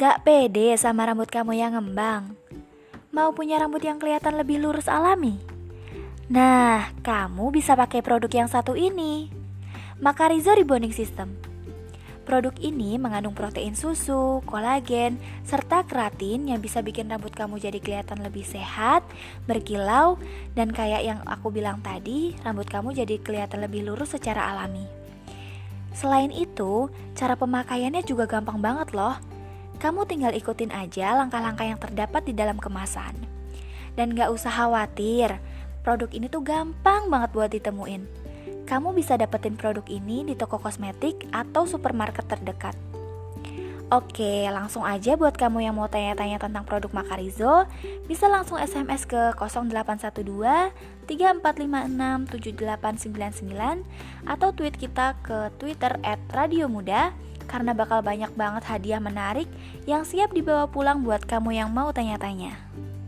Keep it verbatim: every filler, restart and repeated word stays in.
Gak pede sama rambut kamu yang ngembang? Mau punya rambut yang kelihatan lebih lurus alami? Nah, kamu bisa pakai produk yang satu ini, Macarizo Rebonding System. Produk ini mengandung protein susu, kolagen, serta keratin yang bisa bikin rambut kamu jadi kelihatan lebih sehat, berkilau, dan kayak yang aku bilang tadi, rambut kamu jadi kelihatan lebih lurus secara alami. Selain itu, cara pemakaiannya juga gampang banget loh. Kamu tinggal ikutin aja langkah-langkah yang terdapat di dalam kemasan. Dan gak usah khawatir, produk ini tuh gampang banget buat ditemuin. Kamu bisa dapetin produk ini di toko kosmetik atau supermarket terdekat. Oke, langsung aja buat kamu yang mau tanya-tanya tentang produk Macarizo, bisa langsung S M S ke nol delapan satu dua tiga empat lima enam tujuh delapan sembilan sembilan atau tweet kita ke Twitter et radio muda, karena bakal banyak banget hadiah menarik yang siap dibawa pulang buat kamu yang mau tanya-tanya.